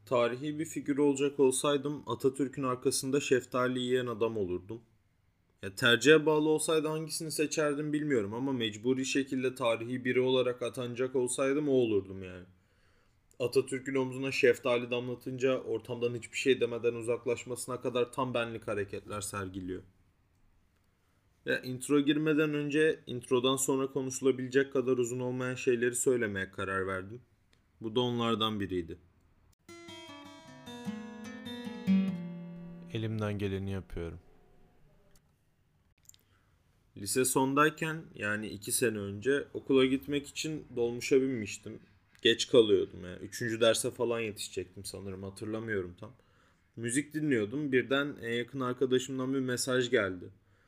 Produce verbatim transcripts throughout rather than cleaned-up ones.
Tarihi bir figür olacak olsaydım Atatürk'ün arkasında şeftali yiyen adam olurdum. Ya tercihe bağlı olsaydı hangisini seçerdim bilmiyorum ama mecburi şekilde tarihi biri olarak atanacak olsaydım o olurdum yani. Atatürk'ün omzuna şeftali damlatınca ortamdan hiçbir şey demeden uzaklaşmasına kadar tam benlik hareketler sergiliyor. Ya intro girmeden önce introdan sonra konuşulabilecek kadar uzun olmayan şeyleri söylemeye karar verdim. Bu da onlardan biriydi. Elimden geleni yapıyorum. Lise sondayken yani iki sene önce okula gitmek için dolmuşa binmiştim. Geç kalıyordum yani. Üçüncü derse falan yetişecektim sanırım, hatırlamıyorum tam. Müzik dinliyordum. Birden en yakın arkadaşımdan bir mesaj geldi.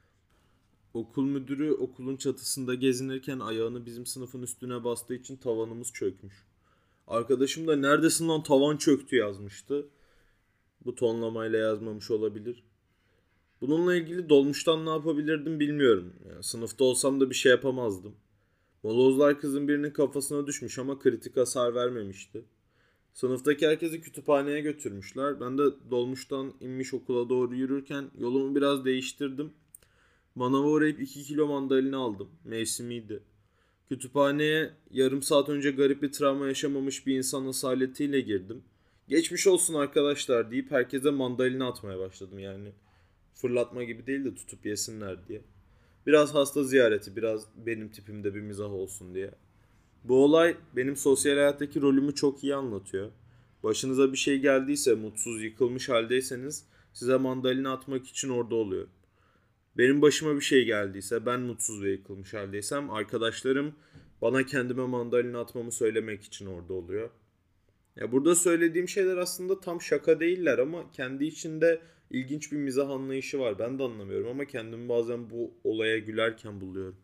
Okul müdürü okulun çatısında gezinirken ayağını bizim sınıfın üstüne bastığı için tavanımız çökmüş. Arkadaşım da neredesin lan tavan çöktü yazmıştı. Bu tonlamayla yazmamış olabilir. Bununla ilgili dolmuştan ne yapabilirdim bilmiyorum. Yani sınıfta olsam da bir şey yapamazdım. Molozlar kızın birinin kafasına düşmüş ama kritik hasar vermemişti. Sınıftaki herkesi kütüphaneye götürmüşler. Ben de dolmuştan inmiş okula doğru yürürken yolumu biraz değiştirdim. Manava uğrayıp iki kilo mandalina aldım. Mevsimiydi. Kütüphaneye yarım saat önce garip bir travma yaşamamış bir insan asaletiyle girdim. Geçmiş olsun arkadaşlar deyip herkese mandalina atmaya başladım yani. Fırlatma gibi değil de tutup yesinler diye. Biraz hasta ziyareti, biraz benim tipimde bir mizah olsun diye. Bu olay benim sosyal hayattaki rolümü çok iyi anlatıyor. Başınıza bir şey geldiyse, mutsuz, yıkılmış haldeyseniz size mandalina atmak için orada oluyor. Benim başıma bir şey geldiyse, ben mutsuz ve yıkılmış haldeysem arkadaşlarım bana kendime mandalina atmamı söylemek için orada oluyor. Ya burada söylediğim şeyler aslında tam şaka değiller ama kendi içinde ilginç bir mizah anlayışı var. Ben de anlamıyorum ama kendimi bazen bu olaya gülerken buluyorum.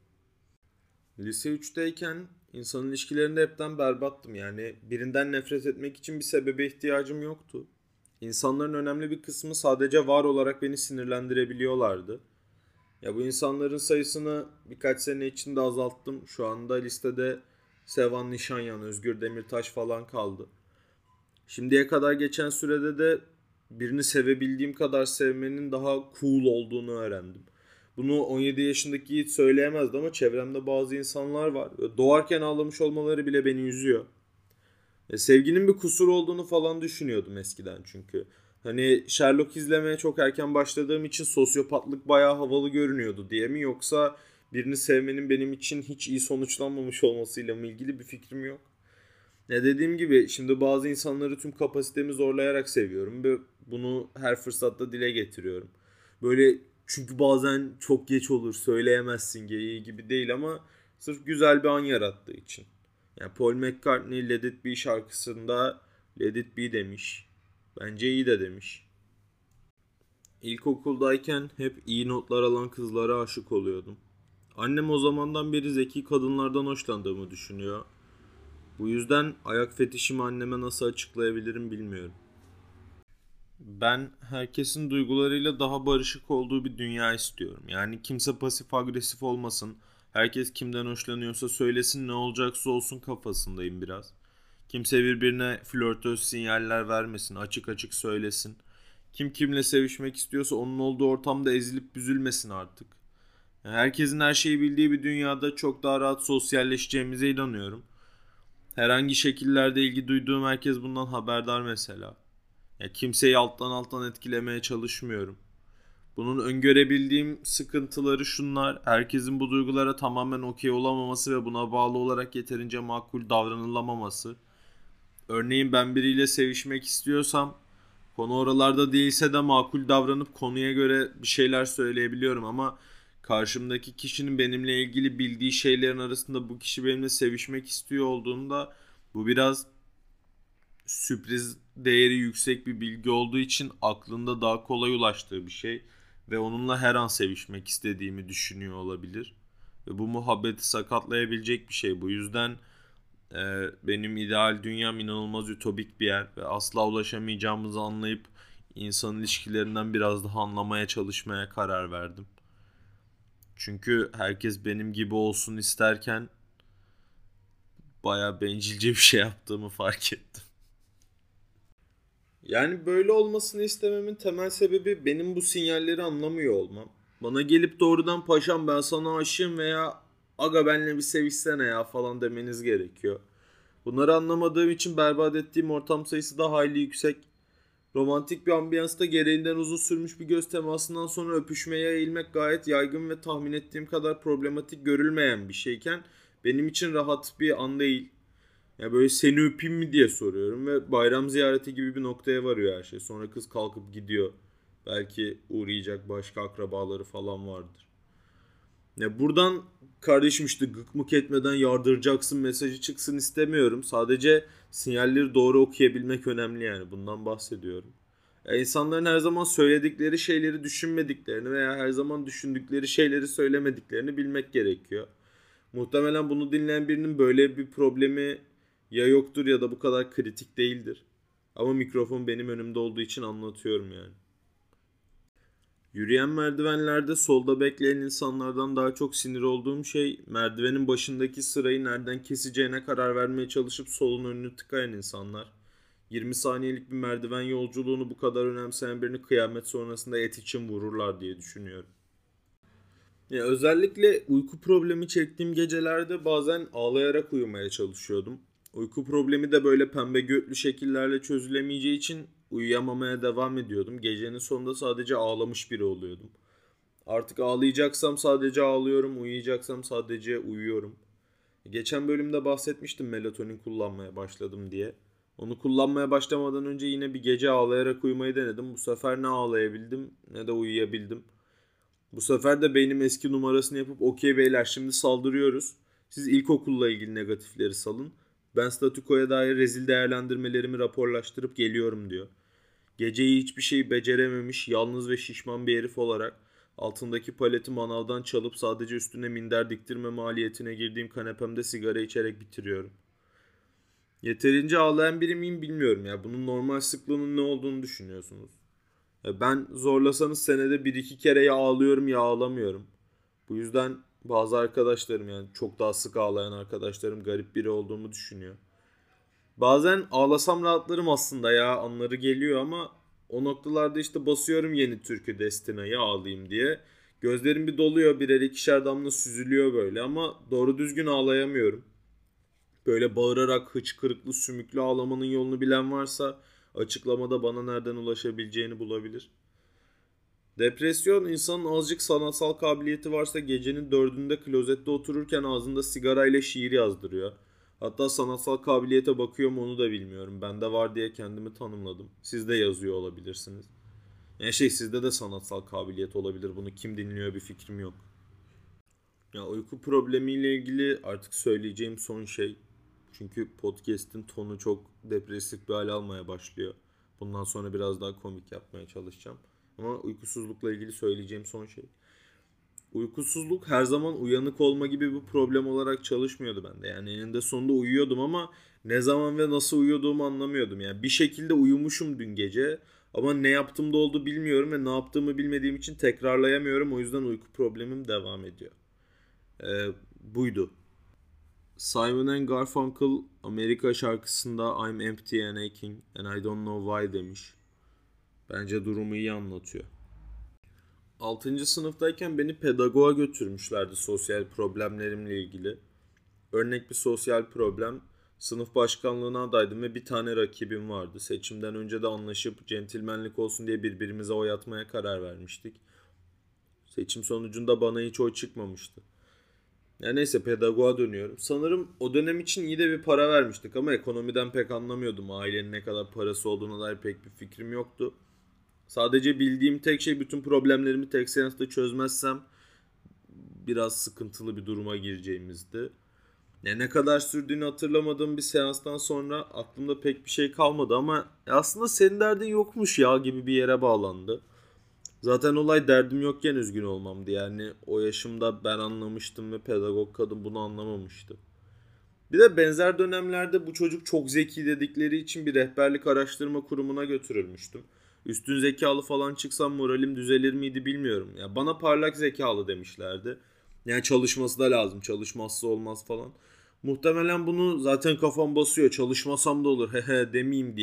Lise üçteyken insan ilişkilerinde hepten berbattım. Yani birinden nefret etmek için bir sebebe ihtiyacım yoktu. İnsanların önemli bir kısmı sadece var olarak beni sinirlendirebiliyorlardı. Ya bu insanların sayısını birkaç sene içinde azalttım. Şu anda listede Sevan Nişanyan, Özgür Demirtaş falan kaldı. Şimdiye kadar geçen sürede de birini sevebildiğim kadar sevmenin daha cool olduğunu öğrendim. Bunu on yedi yaşındaki Yiğit söyleyemezdi ama çevremde bazı insanlar var. Doğarken ağlamış olmaları bile beni üzüyor. E, sevginin bir kusur olduğunu falan düşünüyordum eskiden çünkü. Hani Sherlock izlemeye çok erken başladığım için sosyopatlık bayağı havalı görünüyordu diye mi, yoksa birini sevmenin benim için hiç iyi sonuçlanmamış olmasıyla mı ilgili bir fikrim yok. Ne dediğim gibi şimdi bazı insanları tüm kapasitemi zorlayarak seviyorum ve bunu her fırsatta dile getiriyorum. Böyle çünkü bazen çok geç olur söyleyemezsin geyiği gibi değil ama sırf güzel bir an yarattığı için. Yani Paul McCartney Let It Be şarkısında Let It Be demiş. Bence iyi de demiş. İlkokuldayken hep iyi notlar alan kızlara aşık oluyordum. Annem o zamandan beri zeki kadınlardan hoşlandığımı düşünüyor. Bu yüzden ayak fetişimi anneme nasıl açıklayabilirim bilmiyorum. Ben herkesin duygularıyla daha barışık olduğu bir dünya istiyorum. Yani kimse pasif agresif olmasın. Herkes kimden hoşlanıyorsa söylesin, ne olacaksa olsun kafasındayım biraz. Kimse birbirine flörtöz sinyaller vermesin, açık açık söylesin. Kim kimle sevişmek istiyorsa onun olduğu ortamda ezilip büzülmesin artık. Yani herkesin her şeyi bildiği bir dünyada çok daha rahat sosyalleşeceğimize inanıyorum. Herhangi şekillerde ilgi duyduğum herkes bundan haberdar mesela. Ya kimseyi alttan alttan etkilemeye çalışmıyorum. Bunun öngörebildiğim sıkıntıları şunlar: herkesin bu duygulara tamamen okey olamaması ve buna bağlı olarak yeterince makul davranılamaması. Örneğin ben biriyle sevişmek istiyorsam konu oralarda değilse de makul davranıp konuya göre bir şeyler söyleyebiliyorum ama karşımdaki kişinin benimle ilgili bildiği şeylerin arasında bu kişi benimle sevişmek istiyor olduğunda bu biraz sürpriz değeri yüksek bir bilgi olduğu için aklında daha kolay ulaştığı bir şey ve onunla her an sevişmek istediğimi düşünüyor olabilir. Ve bu muhabbeti sakatlayabilecek bir şey. Bu yüzden e, benim ideal dünyam inanılmaz ütopik bir yer ve asla ulaşamayacağımızı anlayıp insan ilişkilerinden biraz daha anlamaya çalışmaya karar verdim. Çünkü herkes benim gibi olsun isterken bayağı bencilce bir şey yaptığımı fark ettim. Yani böyle olmasını istememin temel sebebi benim bu sinyalleri anlamıyor olmam. Bana gelip doğrudan paşam ben sana aşığım veya aga benle bir sevişsene ya falan demeniz gerekiyor. Bunları anlamadığım için berbat ettiğim ortam sayısı da hayli yüksek. Romantik bir ambiyansta gereğinden uzun sürmüş bir göz temasından sonra öpüşmeye eğilmek gayet yaygın ve tahmin ettiğim kadar problematik görülmeyen bir şeyken benim için rahat bir an değil. Ya böyle seni öpeyim mi diye soruyorum ve bayram ziyareti gibi bir noktaya varıyor her şey. Sonra kız kalkıp gidiyor. Belki uğrayacak başka akrabaları falan vardır. Ya buradan kardeşim işte gık mık etmeden yardıracaksın mesajı çıksın istemiyorum. Sadece sinyalleri doğru okuyabilmek önemli yani. Bundan bahsediyorum. Ya insanların her zaman söyledikleri şeyleri düşünmediklerini veya her zaman düşündükleri şeyleri söylemediklerini bilmek gerekiyor. Muhtemelen bunu dinleyen birinin böyle bir problemi ya yoktur ya da bu kadar kritik değildir. Ama mikrofon benim önümde olduğu için anlatıyorum yani. Yürüyen merdivenlerde solda bekleyen insanlardan daha çok sinir olduğum şey merdivenin başındaki sırayı nereden keseceğine karar vermeye çalışıp solun önünü tıkayan insanlar. yirmi saniyelik bir merdiven yolculuğunu bu kadar önemseyen birini kıyamet sonrasında et için vururlar diye düşünüyorum. Ya özellikle uyku problemi çektiğim gecelerde bazen ağlayarak uyumaya çalışıyordum. Uyku problemi de böyle pembe götlü şekillerle çözülemeyeceği için uyuyamamaya devam ediyordum. Gecenin sonunda sadece ağlamış biri oluyordum. Artık ağlayacaksam sadece ağlıyorum, uyuyacaksam sadece uyuyorum. Geçen bölümde bahsetmiştim melatonin kullanmaya başladım diye. Onu kullanmaya başlamadan önce yine bir gece ağlayarak uyumayı denedim. Bu sefer ne ağlayabildim ne de uyuyabildim. Bu sefer de beynim eski numarasını yapıp okey beyler şimdi saldırıyoruz. Siz ilkokulla ilgili negatifleri salın. Ben statükoya dair rezil değerlendirmelerimi raporlaştırıp geliyorum diyor. Geceyi hiçbir şeyi becerememiş, yalnız ve şişman bir herif olarak altındaki paleti manavdan çalıp sadece üstüne minder diktirme maliyetine girdiğim kanepemde sigara içerek bitiriyorum. Yeterince ağlayan biri miyim bilmiyorum ya. Bunun normal sıklığının ne olduğunu düşünüyorsunuz. Ben zorlasanız senede bir iki kere ya ağlıyorum ya ağlamıyorum. Bu yüzden bazı arkadaşlarım yani çok daha sık ağlayan arkadaşlarım garip biri olduğumu düşünüyor. Bazen ağlasam rahatlarım aslında ya anları geliyor ama o noktalarda işte basıyorum yeni türkü Destina'yı ağlayayım diye. Gözlerim bir doluyor birer ikişer damla süzülüyor böyle ama doğru düzgün ağlayamıyorum. Böyle bağırarak hıçkırıklı sümüklü ağlamanın yolunu bilen varsa açıklamada bana nereden ulaşabileceğini bulabilir. Depresyon insanın azıcık sanatsal kabiliyeti varsa gecenin dördünde klozette otururken ağzında sigarayla şiir yazdırıyor. Hatta sanatsal kabiliyete bakıyor mu onu da bilmiyorum. Bende var diye kendimi tanımladım. Siz de yazıyor olabilirsiniz. Yani şey sizde de sanatsal kabiliyet olabilir. Bunu kim dinliyor bir fikrim yok. Ya uyku problemiyle ilgili artık söyleyeceğim son şey. Çünkü podcast'in tonu çok depresif bir hale almaya başlıyor. Bundan sonra biraz daha komik yapmaya çalışacağım. Ama uykusuzlukla ilgili söyleyeceğim son şey. Uykusuzluk her zaman uyanık olma gibi bir problem olarak çalışmıyordu bende. Yani eninde sonunda uyuyordum ama ne zaman ve nasıl uyuduğumu anlamıyordum. Yani bir şekilde uyumuşum dün gece ama ne yaptığımda oldu bilmiyorum ve ne yaptığımı bilmediğim için tekrarlayamıyorum. O yüzden uyku problemim devam ediyor. Ee, buydu. Simon and Garfunkel Amerika şarkısında I'm empty and aching and I don't know why demiş. Bence durumu iyi anlatıyor. altıncı sınıftayken beni pedagoğa götürmüşlerdi sosyal problemlerimle ilgili. Örnek bir sosyal problem. Sınıf başkanlığına adaydım ve bir tane rakibim vardı. Seçimden önce de anlaşıp centilmenlik olsun diye birbirimize oy atmaya karar vermiştik. Seçim sonucunda bana hiç oy çıkmamıştı. Ya neyse pedagoğa dönüyorum. Sanırım o dönem için iyi de bir para vermiştik ama ekonomiden pek anlamıyordum. Ailenin ne kadar parası olduğuna dair pek bir fikrim yoktu. Sadece bildiğim tek şey bütün problemlerimi tek seansta çözmezsem biraz sıkıntılı bir duruma gireceğimizdi. Ya ne kadar sürdüğünü hatırlamadığım bir seanstan sonra aklımda pek bir şey kalmadı ama aslında senin derdin yokmuş ya gibi bir yere bağlandı. Zaten olay derdim yokken üzgün olmamdı yani o yaşımda ben anlamıştım ve pedagog kadın bunu anlamamıştı. Bir de benzer dönemlerde bu çocuk çok zeki dedikleri için bir rehberlik araştırma kurumuna götürülmüştüm. Üstün zekalı falan çıksam moralim düzelir miydi bilmiyorum. Ya bana parlak zekalı demişlerdi. Yani çalışması da lazım, çalışmazsa olmaz falan. Muhtemelen bunu zaten kafam basıyor, çalışmasam da olur hehe demeyeyim diye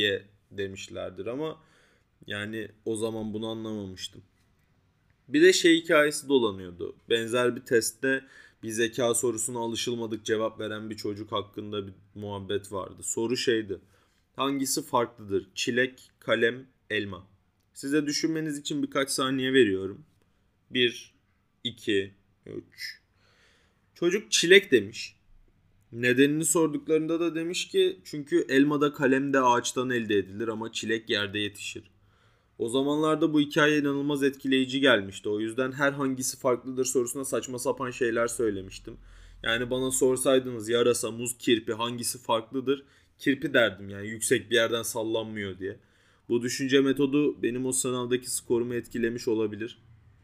demişlerdir ama yani o zaman bunu anlamamıştım. Bir de şey hikayesi dolanıyordu. Benzer bir testte bir zeka sorusuna alışılmadık cevap veren bir çocuk hakkında bir muhabbet vardı. Soru şeydi: hangisi farklıdır? Çilek, kalem, elma. Size düşünmeniz için birkaç saniye veriyorum. Bir, iki, üç. Çocuk çilek demiş. Nedenini sorduklarında da demiş ki çünkü elmada kalem de ağaçtan elde edilir ama çilek yerde yetişir. O zamanlarda bu hikaye inanılmaz etkileyici gelmişti. O yüzden her hangisi farklıdır sorusuna saçma sapan şeyler söylemiştim. Yani bana sorsaydınız yarasa, muz, kirpi hangisi farklıdır? Kirpi derdim yani yüksek bir yerden sallanmıyor diye. Bu düşünce metodu benim o sınavdaki skorumu etkilemiş olabilir.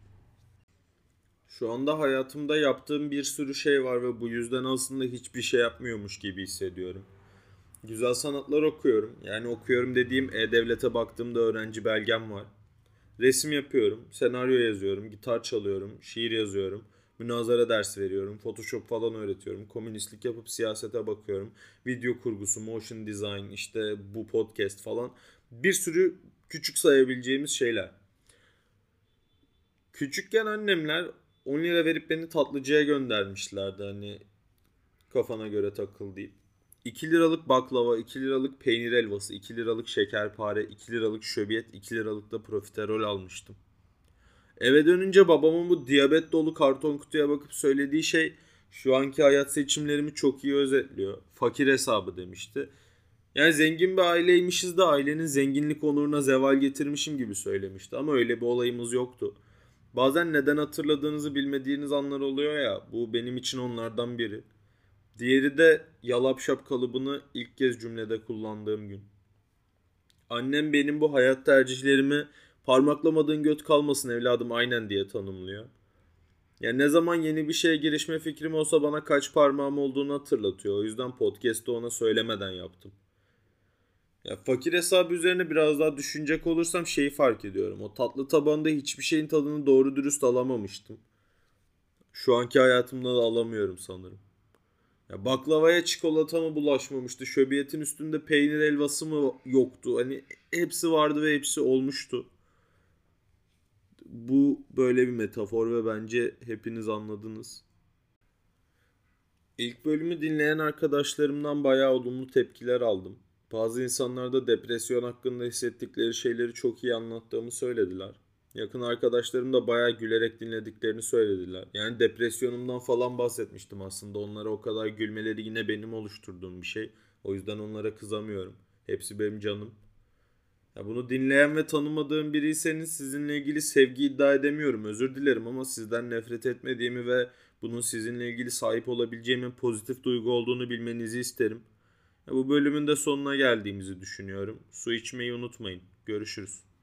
Şu anda hayatımda yaptığım bir sürü şey var ve bu yüzden aslında hiçbir şey yapmıyormuş gibi hissediyorum. Güzel sanatlar okuyorum. Yani okuyorum dediğim E-Devlet'e baktığımda öğrenci belgem var. Resim yapıyorum, senaryo yazıyorum, gitar çalıyorum, şiir yazıyorum, münazara dersi veriyorum, Photoshop falan öğretiyorum, komünistlik yapıp siyasete bakıyorum, video kurgusu, motion design, işte bu podcast falan. Bir sürü küçük sayabileceğimiz şeyler. Küçükken annemler on lira verip beni tatlıcıya göndermişlerdi hani kafana göre takıl deyip. iki liralık baklava, iki liralık peynir helvası, iki liralık şekerpare, iki liralık şöbiyet, iki liralık da profiterol almıştım. Eve dönünce babamın bu diyabet dolu karton kutuya bakıp söylediği şey şu anki hayat seçimlerimi çok iyi özetliyor. Fakir hesabı demişti. Yani zengin bir aileymişiz de ailenin zenginlik onuruna zeval getirmişim gibi söylemişti ama öyle bir olayımız yoktu. Bazen neden hatırladığınızı bilmediğiniz anlar oluyor ya, bu benim için onlardan biri. Diğeri de yalap şap kalıbını ilk kez cümlede kullandığım gün. Annem benim bu hayat tercihlerimi parmaklamadığın göt kalmasın evladım aynen diye tanımlıyor. Yani ne zaman yeni bir şeye girişme fikrim olsa bana kaç parmağım olduğunu hatırlatıyor. O yüzden podcast'ı ona söylemeden yaptım. Ya fakir hesabı üzerine biraz daha düşünecek olursam şeyi fark ediyorum. O tatlı tabanda hiçbir şeyin tadını doğru dürüst alamamıştım. Şu anki hayatımda da alamıyorum sanırım. Ya baklavaya çikolata mı bulaşmamıştı? Şöbiyetin üstünde peynir helvası mı yoktu? Hani hepsi vardı ve hepsi olmuştu. Bu böyle bir metafor ve bence hepiniz anladınız. İlk bölümü dinleyen arkadaşlarımdan bayağı olumlu tepkiler aldım. Bazı insanlar da depresyon hakkında hissettikleri şeyleri çok iyi anlattığımı söylediler. Yakın arkadaşlarım da bayağı gülerek dinlediklerini söylediler. Yani depresyonumdan falan bahsetmiştim aslında. Onlara o kadar gülmeleri yine benim oluşturduğum bir şey. O yüzden onlara kızamıyorum. Hepsi benim canım. Ya bunu dinleyen ve tanımadığım biriyseniz sizinle ilgili sevgi iddia edemiyorum. Özür dilerim ama sizden nefret etmediğimi ve bunun sizinle ilgili sahip olabileceğimin pozitif duygu olduğunu bilmenizi isterim. Ya bu bölümün de sonuna geldiğimizi düşünüyorum. Su içmeyi unutmayın. Görüşürüz.